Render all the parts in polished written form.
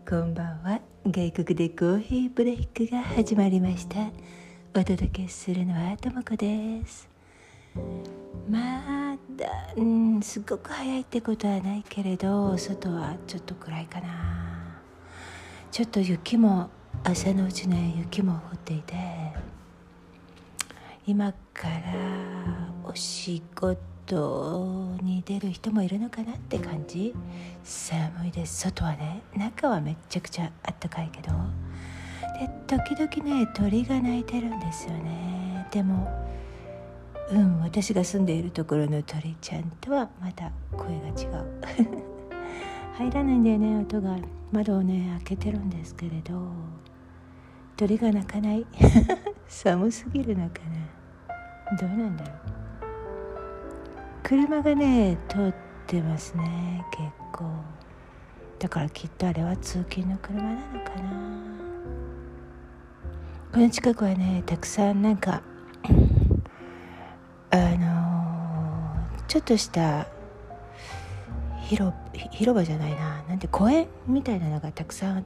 こんばんは。外国でコーヒーブレイクが始まりました。お届けするのはともこです。まだすごく早いってことはないけれど、外はちょっと暗いかな。ちょっと雪も朝のうちね、雪も降っていて、今からお仕事に出る人もいるのかなって感じ。寒いです。外はね、中はめっちゃくちゃあったかいけど、で時々ね鳥が鳴いてるんですよね。でも私が住んでいるところの鳥ちゃんとはまた声が違う入らないんだよね、音が。窓をね開けてるんですけれど、鳥が鳴かない寒すぎるのかな、どうなんだろう。車がね通ってますね、結構。だからきっとあれは通勤の車なのかな。この近くはねたくさんちょっとした広場じゃないな、なんて公園みたいなのがたくさんあって、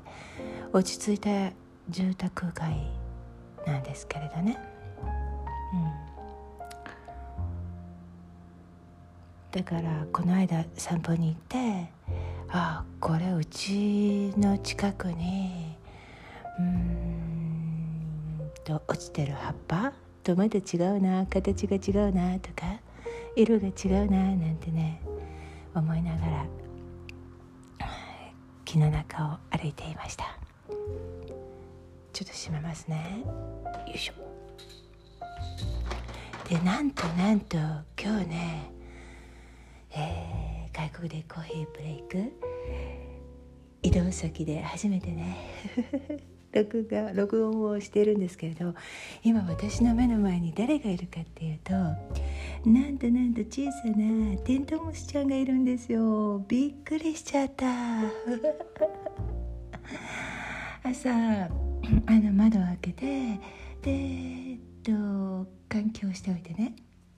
落ち着いた住宅街なんですけれどね、だからこの間散歩に行って、これうちの近くに落ちてる葉っぱとまた違うな、形が違うなとか色が違うななんてね思いながら木の中を歩いていました。ちょっと閉めますね。よいしょ。でなんと今日ね、外国でコーヒーブレイク移動先で初めてね録音をしているんですけれど、今私の目の前に誰がいるかっていうと、なんと小さなテントウムシちゃんがいるんですよ。びっくりしちゃった朝窓を開けて、で換気をしておいてね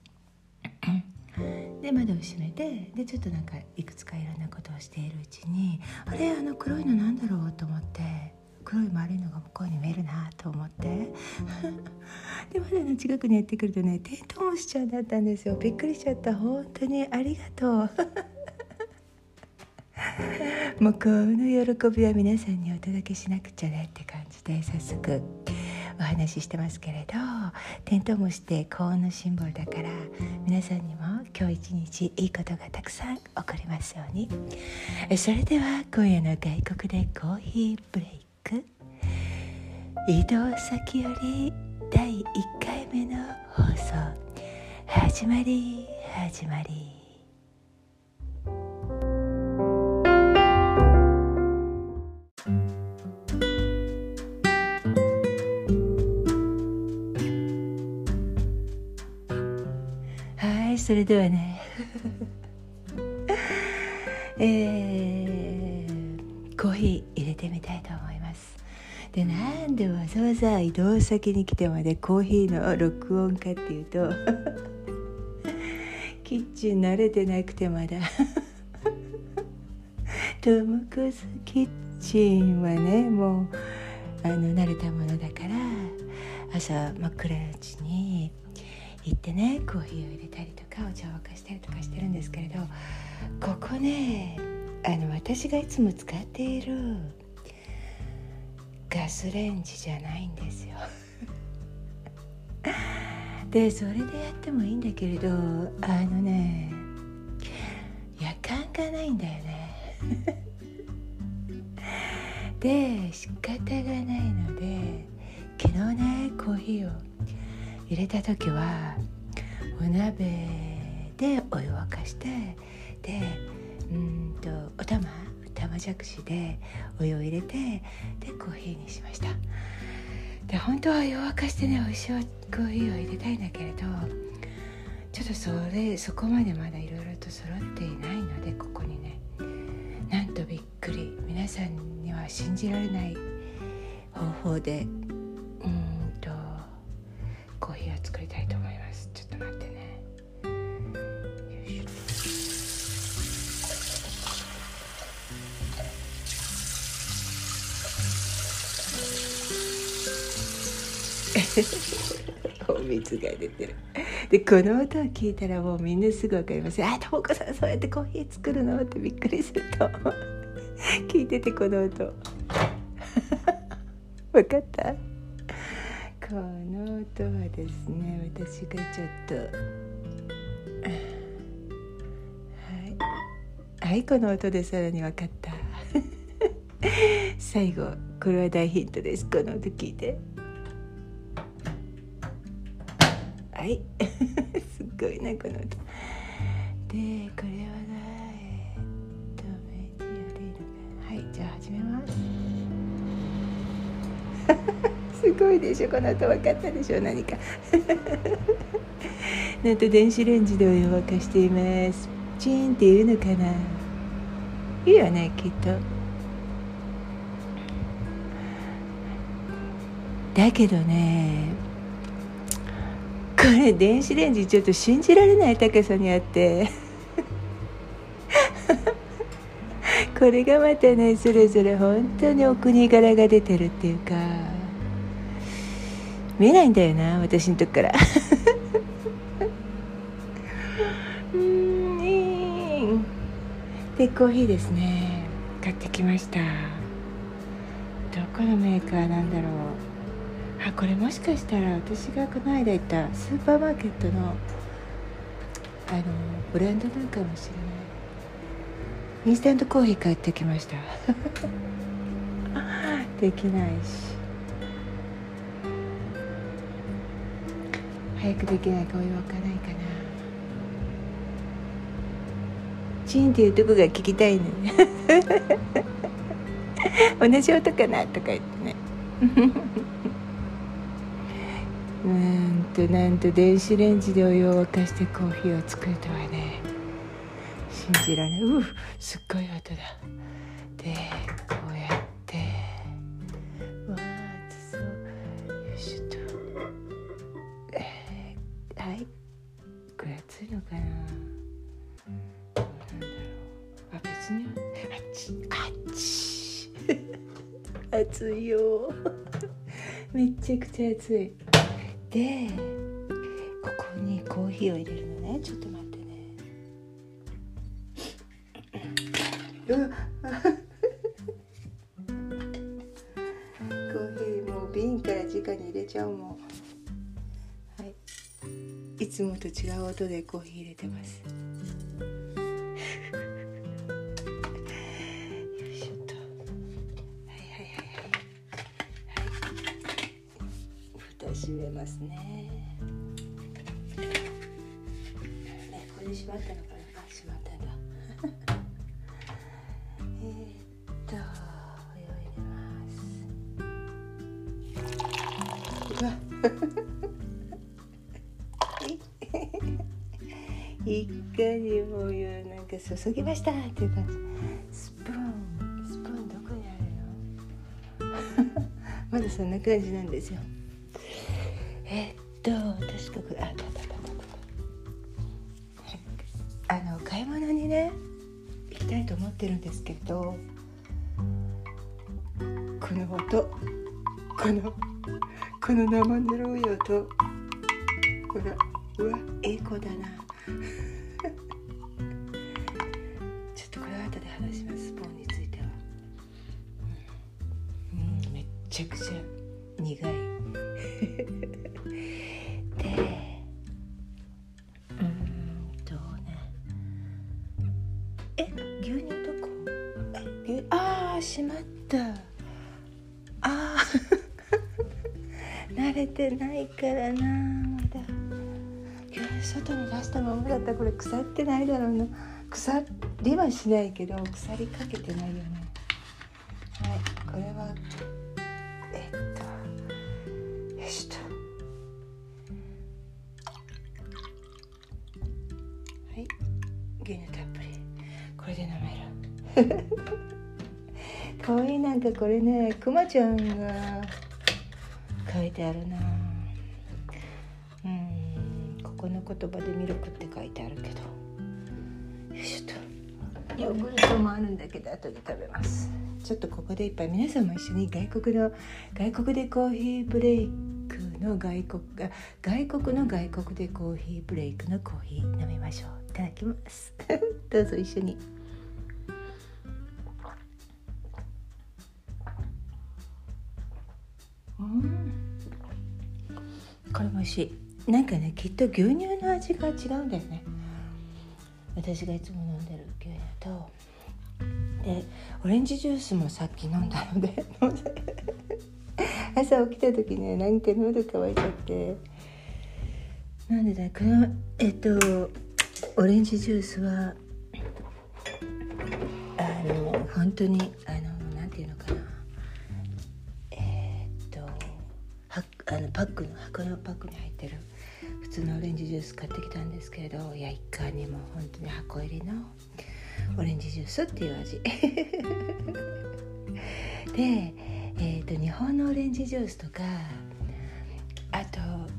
で窓を閉めて、でちょっといくつかいろんなことをしているうちに、あれ黒いのなんだろうと思って、黒い丸いのが向こうに見えるなと思ってで窓の近くにやってくるとね、テントウムシちゃんだったんですよ。びっくりしちゃった。本当にありがとうもうこの喜びは皆さんにお届けしなくちゃねって感じで、早速お話ししてますけれど、テントウムシって幸運のシンボルだから、皆さんにも今日一日いいことがたくさん起こりますように。それでは今夜の外国でコーヒーブレイク、移動先より第1回目の放送始まり。はい、それではねコーヒー入れてみたいと思います。で、なんでわざわざ移動先に来てまでコーヒーの録音かっていうとキッチン慣れてなくて、まだトムコズキッチンはねもう慣れたものだから、朝真っ暗なうちに行ってねコーヒーを入れたりとかお茶を沸かしたりとかしてるんですけれど、ここね私がいつも使っているガスレンジじゃないんですよでそれでやってもいいんだけれど、夜間がないんだよねで仕方がないので、昨日ねコーヒーを入れた時はお鍋でお湯を沸かして、でお玉じゃくしでお湯を入れて、でコーヒーにしました。で本当はお湯を沸かしてね美味しいコーヒーを入れたいんだけれど、ちょっとそこまでまだいろいろと揃っていないので、ここにねなんとびっくり、皆さんには信じられない方法でコーヒーを作りたいと思います。ちょっと待ってね。よいしょ。 お水が出てる。でこの音を聞いたらもうみんなすぐ分かります。あ、ともこさんそうやってコーヒー作るのってびっくりすると聞いてて、この音分かった？この音はですね、私がちょっとはい、この音でさらに分かった最後、これは大ヒントです。この音聞いて。はいすっごいなこの音で、これはメディアでいいのか。はい、じゃあ始めますすごいでしょ、この音。分かったでしょ、何かなんと電子レンジでお湯を沸かしています。チーンって言うのかな。いいよね、きっと。だけどね、これ電子レンジちょっと信じられない高さにあってこれがまたね、それぞれ本当にお国柄が出てるっていうか、見えないんだよな、私のとこからでコーヒーですね、買ってきました。どこのメーカーなんだろう。あ、これもしかしたら私がこの間行ったスーパーマーケットのブランドなんかもしれない。インスタントコーヒー買ってきましたできないし、早くできないかお湯沸かないかな。チーンっていうとこが聞きたいね同じ音かなとか言ってねなんと電子レンジでお湯を沸かしてコーヒーを作るとはね、信じられない。すっごい音だ。でこうやって熱そう。よいしょっと。はい、これ熱いのかな。どうなんだろう。あ、別に熱いよめっちゃくちゃ熱い。でここにコーヒーを入れるのね。ちょっと待ってねコーヒーもう瓶から直に入れちゃうもん。はい、いつもと違う音でコーヒー入れてますよいしょっと。蓋閉めますね。ここで閉まったのかな。閉まったんだお湯を入れます。うわいかにもお湯なんか注ぎましたっていう感じ。スプーンどこにあるのまだそんな感じなんですよ。確かこれ買い物にね行きたいと思ってるんですけど、この音、この生ぬるい音、ほら、うわ、いい子だなちょっとこれは後で話します。スプーンについてはめっちゃくちゃ苦いで牛乳どこ？しまった。慣れてないからな。まだ牛乳外に出したままだったらこれ腐ってないだろうな。腐りはしないけど腐りかけてないよね。はい、これはよしと。はい、牛乳たっぷり。これで飲めるかわいい。なんかこれね、くまちゃんが書いてあるな。ここの言葉でミルクって書いてあるけど、よいしょっと。ヨーグルトもあるんだけど後で食べます。ちょっとここで一杯皆さんも一緒に外国でコーヒーブレイクの外国の外国でコーヒーブレイクのコーヒー飲みましょう。いただきますどうぞ一緒に。これも美味しい。なんかね、きっと牛乳の味が違うんだよね。私がいつも飲んでる牛乳とで、オレンジジュースもさっき飲んだので朝起きた時ね、なんか喉乾いちゃって、なんでだこのオレンジジュースは本当になんていうのかな、箱のパックに入ってる普通のオレンジジュース買ってきたんですけれど、いやいかにも本当に箱入りのオレンジジュースっていう味で、日本のオレンジジュースとか、あと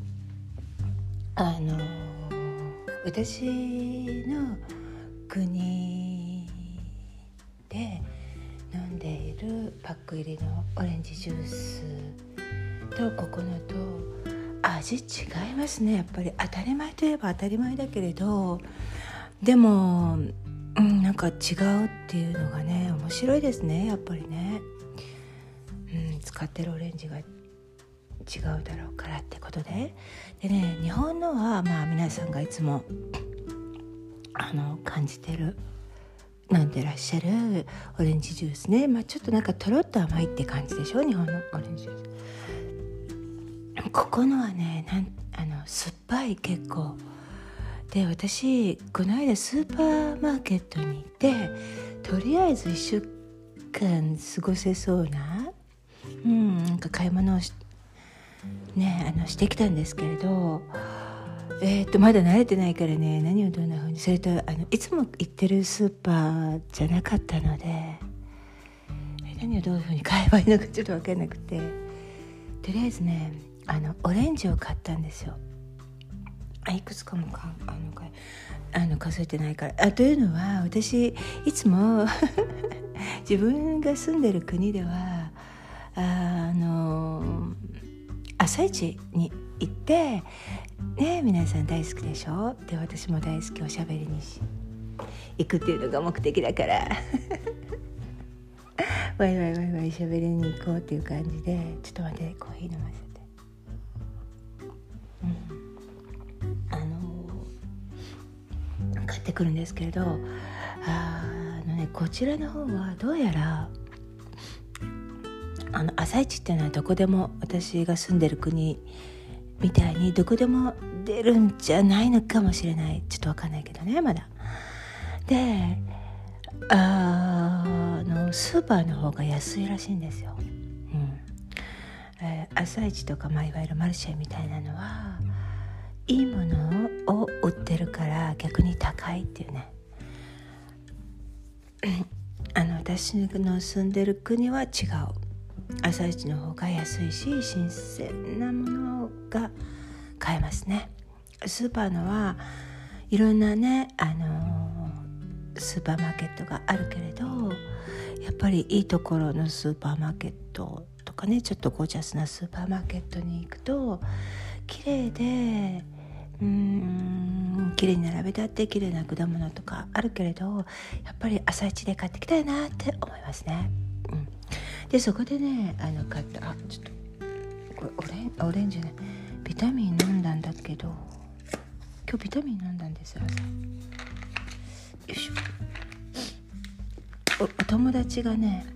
私の国で飲んでいるパック入りのオレンジジュースとここのと味違いますね。やっぱり当たり前といえば当たり前だけれど、でも、なんか違うっていうのがね、面白いですね、やっぱりね。使ってるオレンジが違うだろうからってことで。でね、日本のは皆さんがいつも感じてる飲んでらっしゃるオレンジジュースね、ちょっとなんかとろっと甘いって感じでしょ、日本のオレンジジュース。ここのはね、酸っぱい結構で、私この間スーパーマーケットに行って、とりあえず1週間過ごせそうな、なんか買い物をしてきたんですけれど、まだ慣れてないからね、何をどんな風に、それといつも行ってるスーパーじゃなかったので、何をどういう風に買えばいいのかちょっと分かんなくて、とりあえずねオレンジを買ったんですよ。いくつかも数えてないから。というのは、私いつも自分が住んでる国では朝市に行ってね、皆さん大好きでしょ。で、私も大好き、おしゃべりに行くっていうのが目的だからワイワイしゃべりに行こうっていう感じで、ちょっと待って、コーヒー飲ませて。買ってくるんですけれど、こちらの方はどうやら朝市っていうのはどこでも、私が住んでる国みたいにどこでも出るんじゃないのかもしれない。ちょっと分かんないけどね、まだ。で、スーパーの方が安いらしいんですよ。朝市とか、いわゆるマルシェみたいなのはいいものを売ってるから逆に高いっていうね。私の住んでる国は違う。朝市の方が安いし、新鮮なものが買えますね。スーパーのはいろんなね、スーパーマーケットがあるけれど、やっぱりいいところのスーパーマーケットとかね、ちょっとゴージャスなスーパーマーケットに行くと綺麗で、綺麗に並べてあって綺麗な果物とかあるけれど、やっぱり朝市で買ってきたいなって思いますね。で、そこでね買った、ちょっとこれオレンジね、ビタミン飲んだんだけど、今日ビタミン飲んだんですよ、朝。よいしょ。お友達がね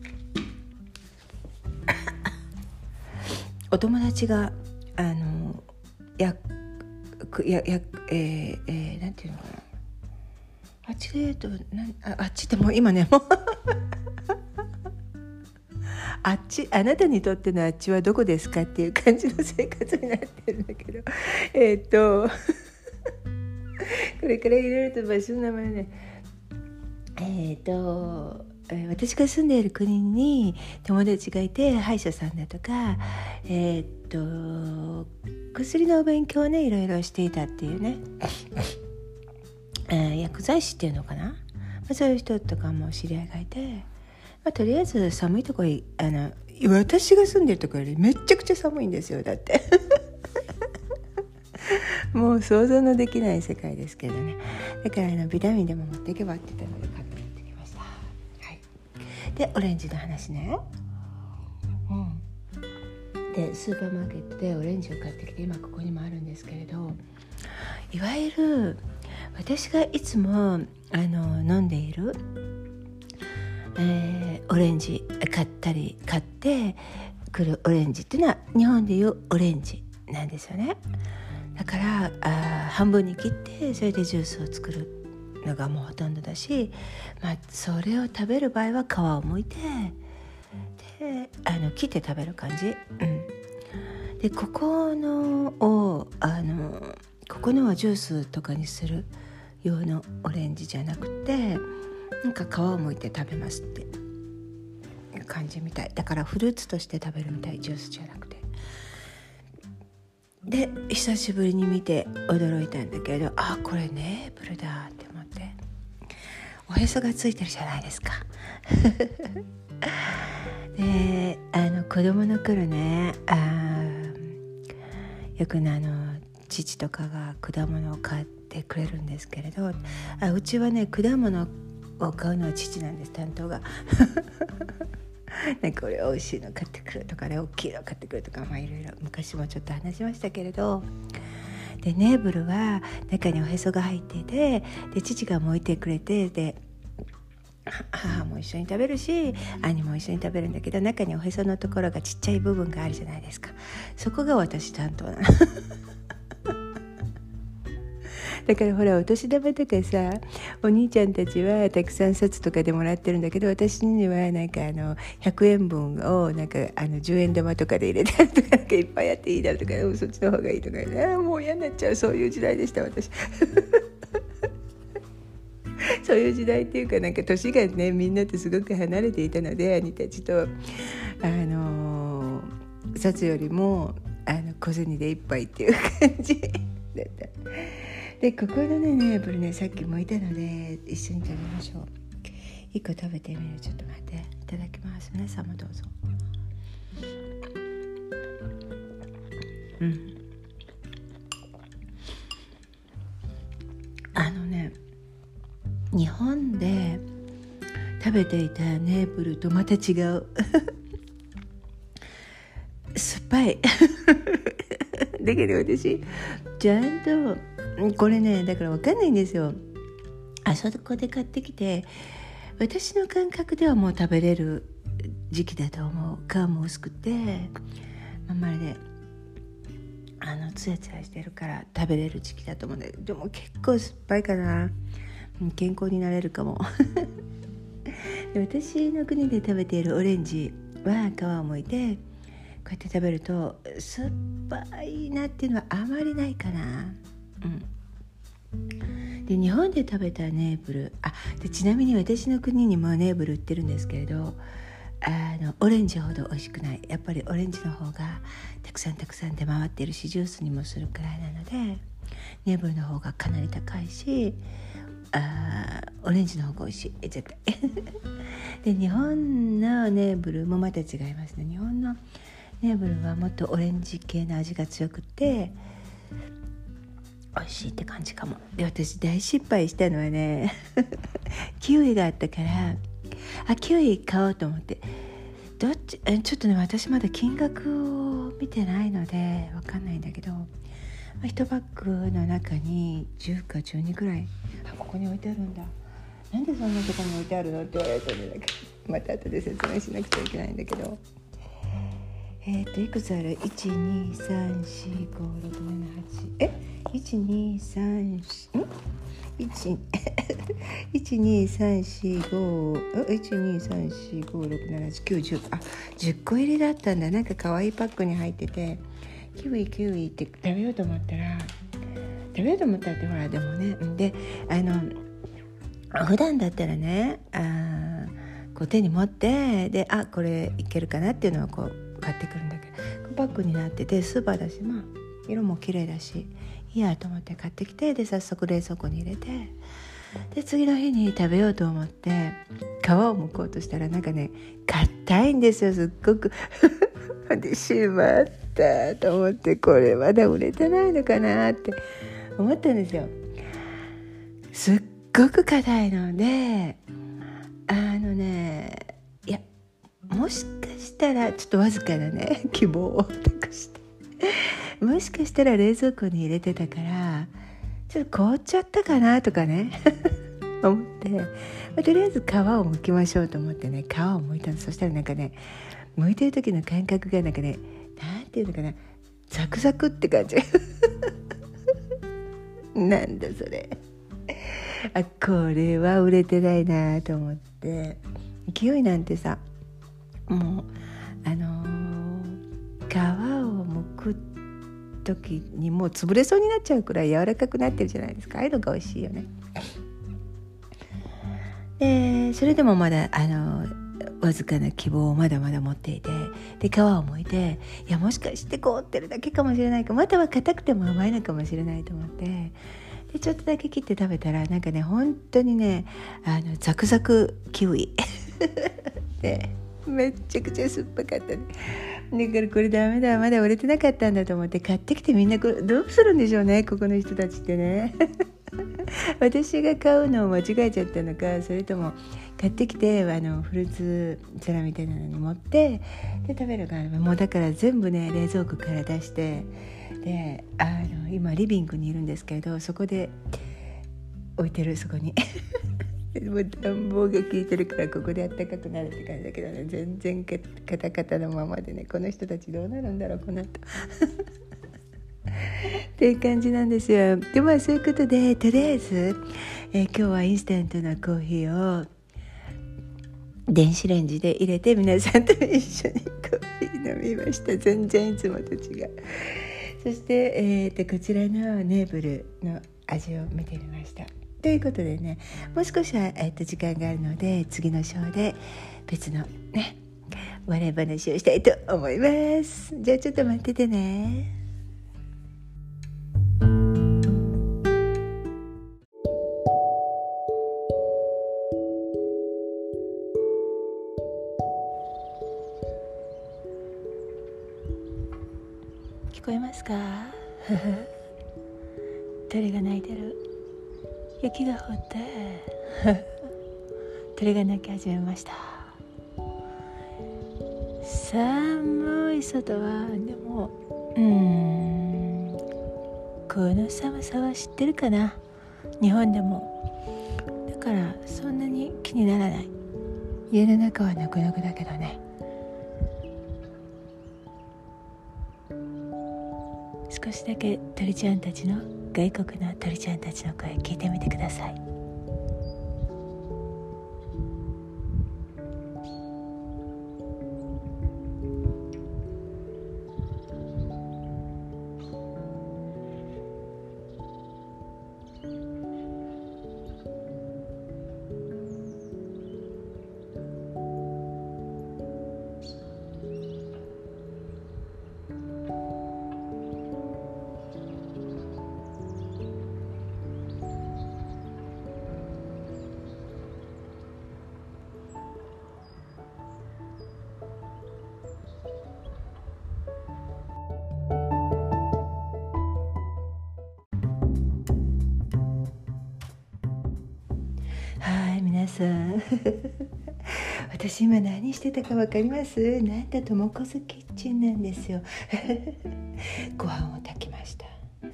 なんていうのかな、あっちで言うとあっちってもう今ねもうあなたにとってのあっちはどこですかっていう感じの生活になってるんだけどこれから入れると場所の名前ね、私が住んでいる国に友達がいて、歯医者さんだとか薬のお勉強をねいろいろしていたっていうね薬剤師っていうのかな、そういう人とかも知り合いがいて、とりあえず寒いとこ私が住んでるところよりめっちゃくちゃ寒いんですよ。だってもう想像のできない世界ですけどね。だからビタミンでも持っていけばって言ったので買って持ってきました。はい。でオレンジの話ね。でスーパーマーケットでオレンジを買ってきて、今ここにもあるんですけれど、いわゆる私がいつも飲んでいる、オレンジ買ってくるオレンジっていうのは日本でいうオレンジなんですよね。だから半分に切ってそれでジュースを作るのがもうほとんどだし、それを食べる場合は皮を剥いてで切って食べる感じ、でここのはジュースとかにする用のオレンジじゃなくて、なんか皮を剥いて食べますっていう感じみたいだから、フルーツとして食べるみたい、ジュースじゃなくて。で久しぶりに見て驚いたんだけど、これネーブルだって思って、おへそがついてるじゃないですかで子供の頃ね、よく父とかが果物を買ってくれるんですけれど、うちはね果物を買うのは父なんです、担当がなんかこれ美味しいの買ってくるとかね、大きいの買ってくるとか、いろいろ昔もちょっと話しましたけれど、でネーブルは中におへそが入っていて、で父が剥いてくれて、で母も一緒に食べるし兄も一緒に食べるんだけど、中におへそのところがちっちゃい部分があるじゃないですか。そこが私担当なのだからほら、お年玉とかさ、お兄ちゃんたちはたくさん札とかでもらってるんだけど、私にはなんか100円分をなんか10円玉とかで入れたりとか、なんかいっぱいやっていいだとか、そっちの方がいいとかね、もう嫌になっちゃう、そういう時代でした私そういう時代っていうか、なんか年がねみんなとすごく離れていたので、兄たちと札よりも小銭で一杯っていう感じだった。でここのねネーブルね、さっき剥いたので一緒に食べましょう。一個食べてみる。ちょっと待って、いただきます。皆さんもどうぞ。日本で食べていたネーブルとまた違う酸っぱいだけど私ちゃんとこれね、だから分かんないんですよ。そこで買ってきて、私の感覚ではもう食べれる時期だと思う。皮も薄くてまるでツヤツヤしてるから食べれる時期だと思うんだけど、でも結構酸っぱいかな。健康になれるかもで私の国で食べているオレンジは皮を剥いてこうやって食べると酸っぱいなっていうのはあまりないかな。で日本で食べたネーブルでちなみに私の国にもネーブル売ってるんですけれど、オレンジほど美味しくない。やっぱりオレンジの方がたくさん出回っているし、ジュースにもするくらいなのでネーブルの方がかなり高いし、オレンジの方が美味しい絶対で日本のネーブルもまた違いますね。日本のネーブルはもっとオレンジ系の味が強くて美味しいって感じかも。で私大失敗したのはねキウイがあったからキウイ買おうと思って、ちょっとね私まだ金額を見てないので分かんないんだけど、1バッグの中に10か12ぐらいここに置いてあるんだ。なんでそんなところに置いてあるのって言われたんだけど、また後で説明しなくちゃいけないんだけど、いくつある ?1,2,3,4,5,6,7,8 1,2,3 1,2,3,4,5,1,2,3,4,5,6,7,8,9,10 10個入りだったんだ。なんか可愛いパックに入ってて、キウイって食べようと思ったってほら、でもね、で普段だったらねこう手に持ってでこれいけるかなっていうのをこう買ってくるんだけど、パックになっててスーパーだし、色も綺麗だしいいやと思って買ってきて、で早速冷蔵庫に入れて、で次の日に食べようと思って皮を剥こうとしたらなんかね硬いんですよ、すっごくでしまったと思って、これまだ売れてないのかなって思ったんですよ。すっごく硬いので、いや、もしかしたらちょっとわずかなね希望を託して、もしかしたら冷蔵庫に入れてたからちょっと凍っちゃったかなとかね思って、とりあえず皮を剥きましょうと思ってね、皮を剥いたの。そしたらなんかね、剥いてる時の感覚がなんかね、なんていうのかな、ザクザクって感じなんだそれ、これは売れてないなと思って、勢いなんてさ、もう皮を剥く時にもう潰れそうになっちゃうくらい柔らかくなってるじゃないですか。ああいうのが美味しいよね。でそれでもまだわずかな希望をまだまだ持っていて、で皮を剥いて、いやもしかして凍ってるだけかもしれないか、または硬くても甘いのかもしれないと思って、でちょっとだけ切って食べたら、なんかね、本当にね、ザクザクキウイでめっちゃくちゃ酸っぱかったね。だからこれダメだ、まだ売れてなかったんだと思って買ってきて、みんなこれどうするんでしょうね、ここの人たちってね私が買うのを間違えちゃったのか、それとも買ってきてフルーツ皿みたいなのに持ってで食べるから、もうだから全部ね冷蔵庫から出して、で今リビングにいるんですけれど、そこで置いてる、そこにもう暖房が効いてるからここであったかくなるって感じだけどね、全然カタカタのままでね、この人たちどうなるんだろうこの後っていう感じなんですよ。でそういうことで、とりあえず、今日はインスタントなコーヒーを電子レンジで入れて皆さんと一緒にコーヒー飲みました。全然いつもと違う。そして、こちらのネーブルの味を見てみました。ということでね、もう少しは、時間があるので、次のショーで別のね笑い話をしたいと思います。じゃあちょっと待っててね。聞こえますか鳥が鳴いてる。雪が降って鳥が鳴き始めました。寒い外は、でもこの寒さは知ってるかな、日本でも。だからそんなに気にならない。家の中はぬくぬくだけどね。少しだけ鳥ちゃんたちの、外国の鳥ちゃんたちの声聞いてみてください。皆さん私今何してたか分かります？なんだともこそキッチンなんですよご飯を炊きました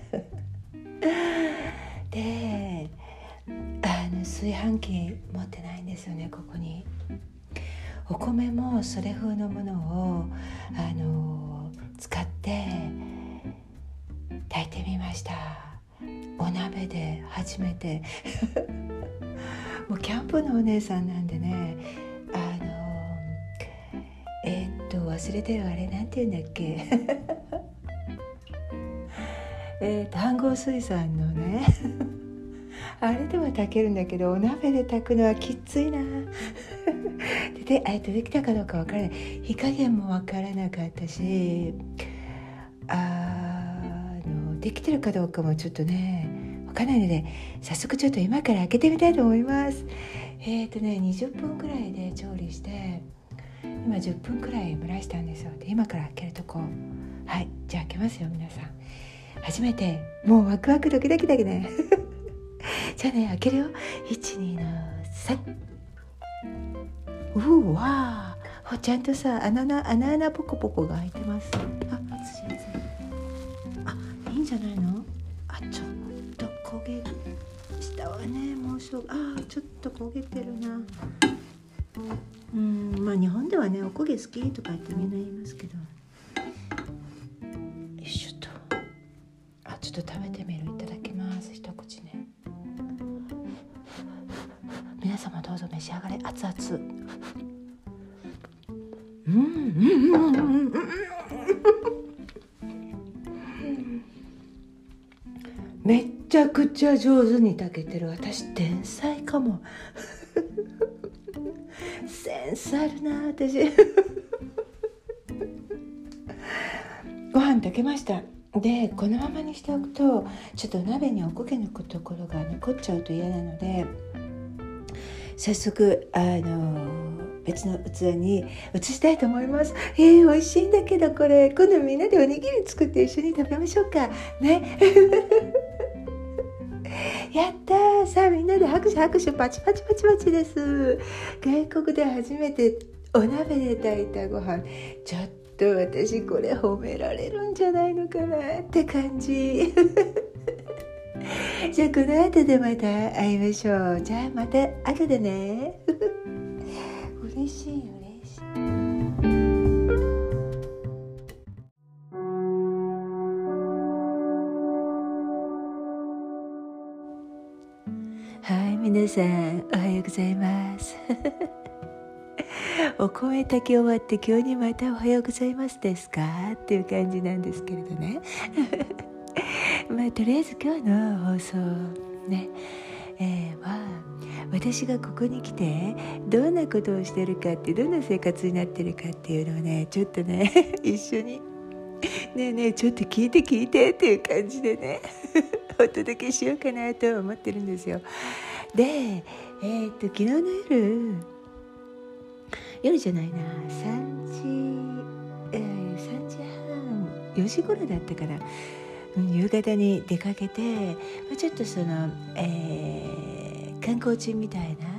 で炊飯器持ってないんですよね、ここに。お米もそれ風のものを使って炊いてみました。お鍋で初めてもうキャンプのお姉さんなんでね、忘れてる、あれなんて言うんだっけ飯盒水産のねあれでは炊けるんだけど、お鍋で炊くのはきついなでできたかどうか分からない、火加減も分からなかったし、できてるかどうかもちょっとね分からないので、早速ちょっと今から開けてみたいと思います。20分くらいで調理して、今10分くらい蒸らしたんですよ。で今から開けるとこ、はい、じゃあ開けますよ皆さん。 初めてもうワクワクドキドキだけどねじゃあね開けるよ。1、2の3。うわー、ちゃんとさ穴ポコポコが開いてます。あ、いいんじゃないの。ちょっと焦げ下はね、もうちょっと焦げてるな。日本ではねおこげ好きとかってみんな言いますけど、よいしょと。ちょっと食べてみる。いただきます。一口ね。皆様どうぞ召し上がれ。熱々。めっちゃくちゃ上手に炊けてる。私天才かもセンスあるな私ご飯炊けました。でこのままにしておくとちょっと鍋におこげのところが残っちゃうと嫌なので、早速別の器に移したいと思います。美味しいんだけどこれ今度みんなでおにぎり作って一緒に食べましょうかねやったー。さあみんなで拍手パチパチです。外国で初めてお鍋で炊いたご飯、ちょっと私これ褒められるんじゃないのかなって感じじゃあこの後でまた会いましょう。じゃあまた後でね嬉しい。皆さんおはようございますお米炊き終わって今日にまたおはようございますですかっていう感じなんですけれどねとりあえず今日の放送ね、は私がここに来てどんなことをしてるかって、どんな生活になってるかっていうのをねちょっとね一緒にねえちょっと聞いてっていう感じでねお届けしようかなと思ってるんですよ。で、昨日の夜じゃないな、3時半4時頃だったかな、夕方に出かけて、ちょっとその、観光地みたいな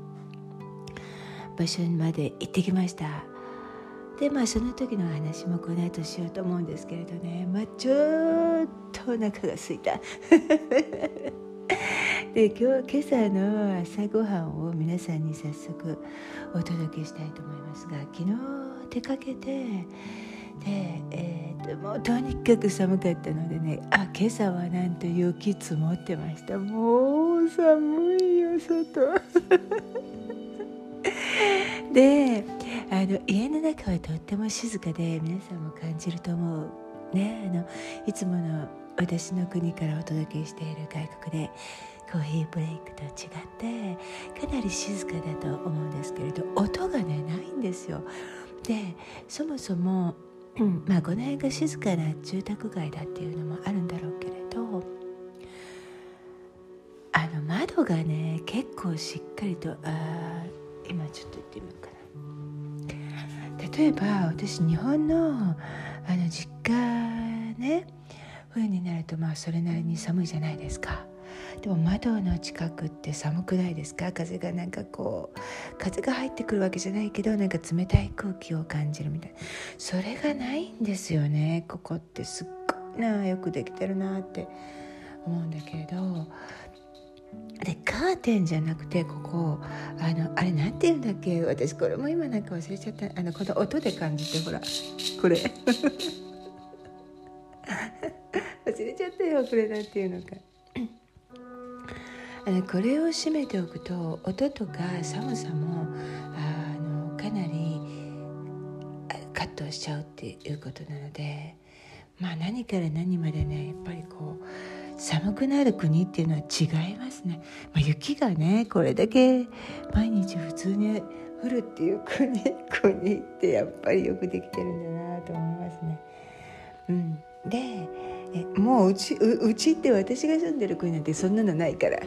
場所まで行ってきました。でその時の話もこの後しようと思うんですけれどね、ちょっとお腹が空いたで今朝の朝ごはんを皆さんに早速お届けしたいと思いますが、昨日出かけてで、もうとにかく寒かったのでね、今朝はなんと雪積もってました。もう寒いよ外で家の中はとっても静かで、皆さんも感じると思うね。いつもの私の国からお届けしている外国でコーヒーブレイクと違ってかなり静かだと思うんですけれど、音がねないんですよ。でそもそも、この辺が静かな住宅街だっていうのもあるんだろうけれど、窓がね結構しっかりと今ちょっと言ってみようかな。例えば私日本の実家ね、冬になるとそれなりに寒いじゃないですか。でも窓の近くって寒くないですか？風が風が入ってくるわけじゃないけど冷たい空気を感じるみたいな。それがないんですよね。ここってすっごいよくできてるなって思うんだけれど、でカーテンじゃなくてここあれなんて言うんだっけ、私これも今忘れちゃった。この音で感じて、ほらこれ忘れちゃったよ、これなんていうのかこれを閉めておくと音とか寒さもかなりカットしちゃうっていうことなので、何から何までねやっぱり寒くなる国っていうのは違いますね。雪がねこれだけ毎日普通に降るっていう国ってやっぱりよくできてるんだなと思いますね。でもううちって私が住んでる国なんてそんなのないから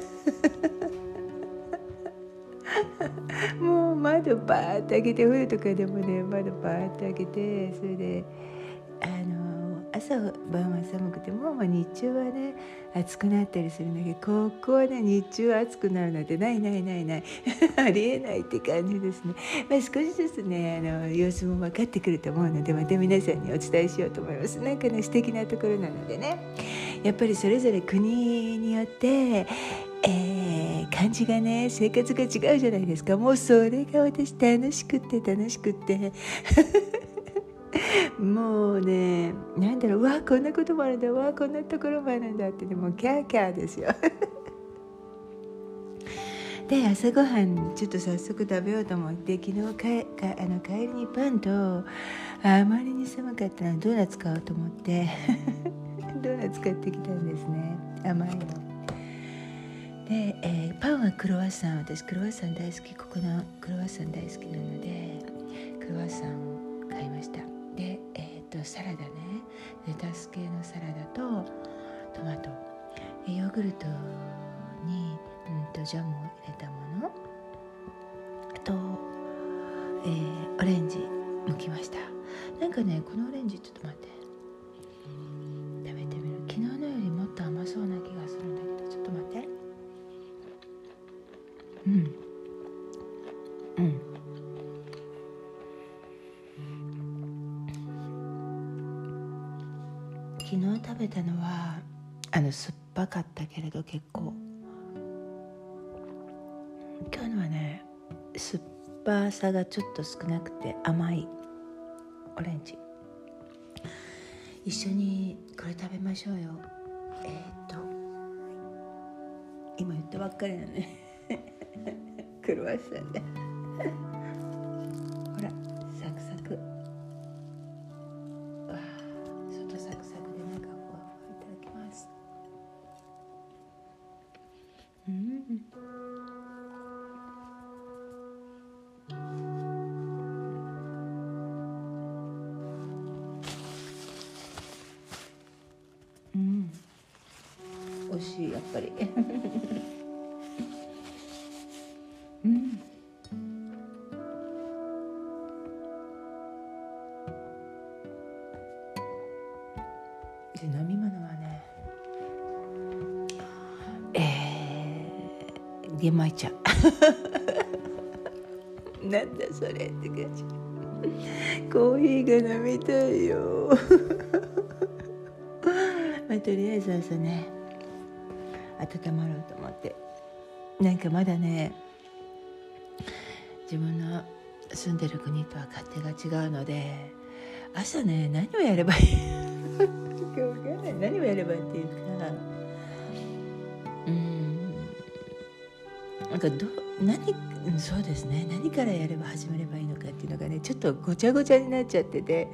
もう窓バーッと開けて、冬とかでもね窓バーッと開けて、それで朝晩は寒くても、日中はね暑くなったりするんだけど、ここはね日中は暑くなるなんてないありえないって感じですね。少しずつね様子も分かってくると思うので、また皆さんにお伝えしようと思います。なんかね素敵なところなのでね、やっぱりそれぞれ国によって感じがね、生活が違うじゃないですか。もうそれが私楽しくってもうね、うわこんなこともあるんだ、うわこんなところもあるんだって、もうキャーキャーですよで、朝ごはんちょっと早速食べようと思って、昨日帰りにパンと、あまりに寒かったのでドーナツ買おうと思ってドーナツ買ってきたんですね、甘いので、パンはクロワッサン、私クロワッサン大好き、ここのクロワッサン大好きなのでクロワッサンを買いました。で、サラダね、レタス系のサラダとトマト、ヨーグルトに、ジャムを入れたもの、あと、オレンジ剥きました。なんかね、このオレンジちょっと待って、食べてみる。昨日のよりもっと甘そうな気がするんだけど、ちょっと待って。昨日食べたのは酸っぱかったけれど結構、今日のはね酸っぱさがちょっと少なくて甘いオレンジ。一緒にこれ食べましょうよ。今言ったばっかりだねクロワッサンでほらサクサク、わあ外サクサクで中ふわふわ、いただきます。美味しい、やっぱりで飲み物はね、玄米茶なんだそれって感じ。コーヒーが飲みたいよとりあえず朝ね温まろうと思って、なんかまだね自分の住んでる国とは勝手が違うので、朝ね何をやればいい何をやればいいっていうか、そうですね、何からやれば始めればいいのかっていうのがねちょっとごちゃごちゃになっちゃってて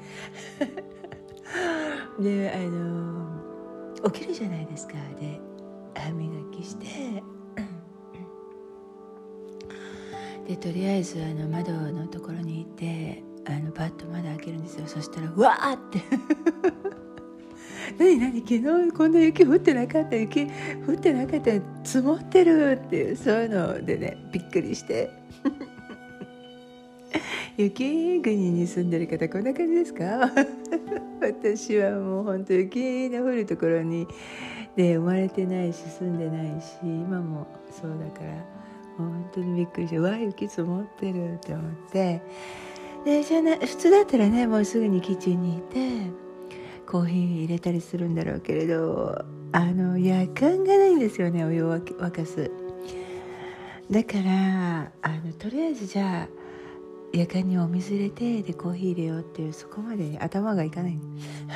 で起きるじゃないですか。で歯磨きしてでとりあえず窓のところに行ってパッと窓開けるんですよ。そしたらうわーって何昨日こんな雪降ってなかった、積もってるっていう、そういうのでねびっくりして雪国に住んでる方こんな感じですか私はもう本当雪の降るところにで生まれてないし住んでないし、今もそうだから本当にびっくりして、わあ雪積もってるって思って、でじゃあ普通だったらねもうすぐにキッチンに行ってコーヒー入れたりするんだろうけれど、夜間がないんですよね、お湯を沸かす。だからとりあえずじゃあ夜間にお水入れてでコーヒー入れようっていう、そこまで頭がいかない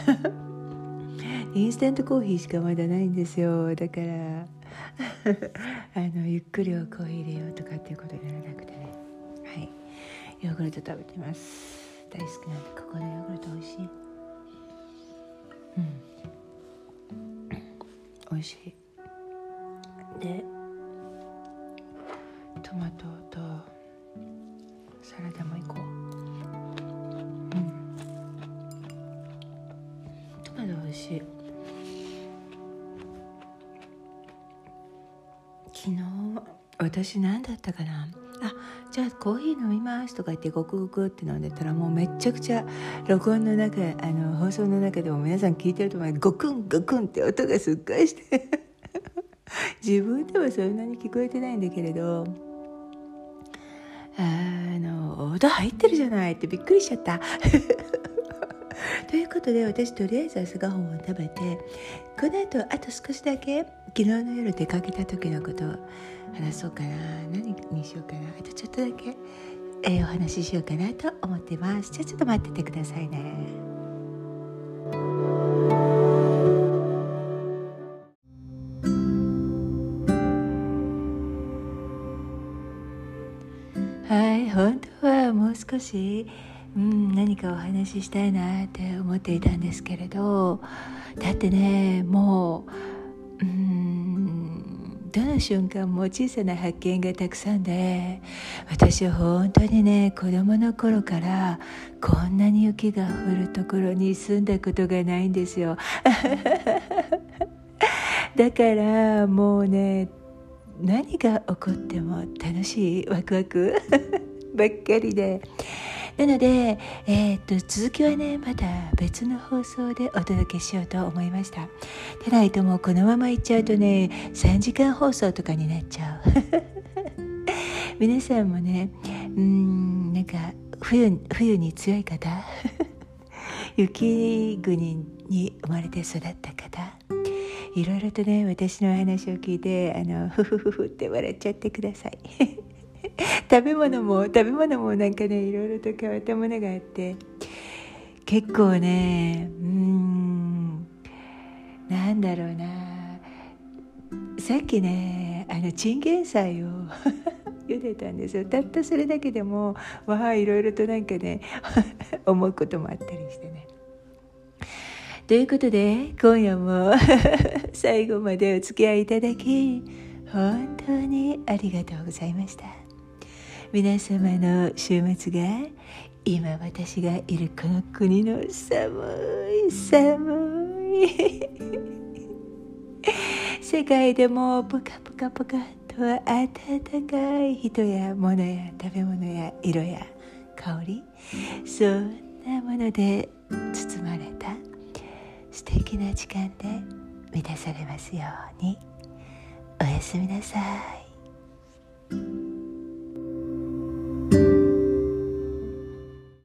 インスタントコーヒーしかまだないんですよ。だからゆっくりコーヒー入れようとかっていうことにならなくてね、はい、ヨーグルト食べてます。大好きなんで、ここのヨーグルト美味しい。美味しい。でトマトとサラダもいこう。トマト美味しい。昨日私何だったかな、 じゃあコーヒー飲みますとか言ってゴクゴクって飲んでたら、もうめっちゃくちゃ録音の中、放送の中でも皆さん聞いてると思う。ゴクンゴクンって音がすっごいして自分ではそんなに聞こえてないんだけれど、音入ってるじゃないってびっくりしちゃったということで、私とりあえず朝ごはんを食べて、この後あと少しだけ昨日の夜出かけた時のことを話そうかな。何にしようかな。あとちょっとだけ、お話ししようかなと思ってます。じゃあちょっと待っててくださいね。はい、本当はもう少し何かお話ししたいなって思っていたんですけれど、だってね、もうどの瞬間も小さな発見がたくさんで、私は本当にね、子供の頃からこんなに雪が降るところに住んだことがないんですよだからもうね、何が起こっても楽しいワクワクばっかりで、なので、続きはね、また別の放送でお届けしようと思いました。でないともうこのままいっちゃうとね、3時間放送とかになっちゃう皆さんもね、なんか冬に強い方雪国に生まれて育った方、いろいろとね、私の話を聞いてふふふふって笑っちゃってください食べ物もなんかね、いろいろと変わったものがあって、結構ね、なんだろうな、さっきね、チンゲン菜を茹でたんですよ。たったそれだけでもいろいろとなんかね思うこともあったりしてね。ということで、今夜も最後までお付き合いいただき本当にありがとうございました。皆様の週末が今私がいるこの国の寒い世界でもポカポカポカと温かい人や物や食べ物や色や香り、そんなもので包まれた素敵な時間で満たされますように。おやすみなさい。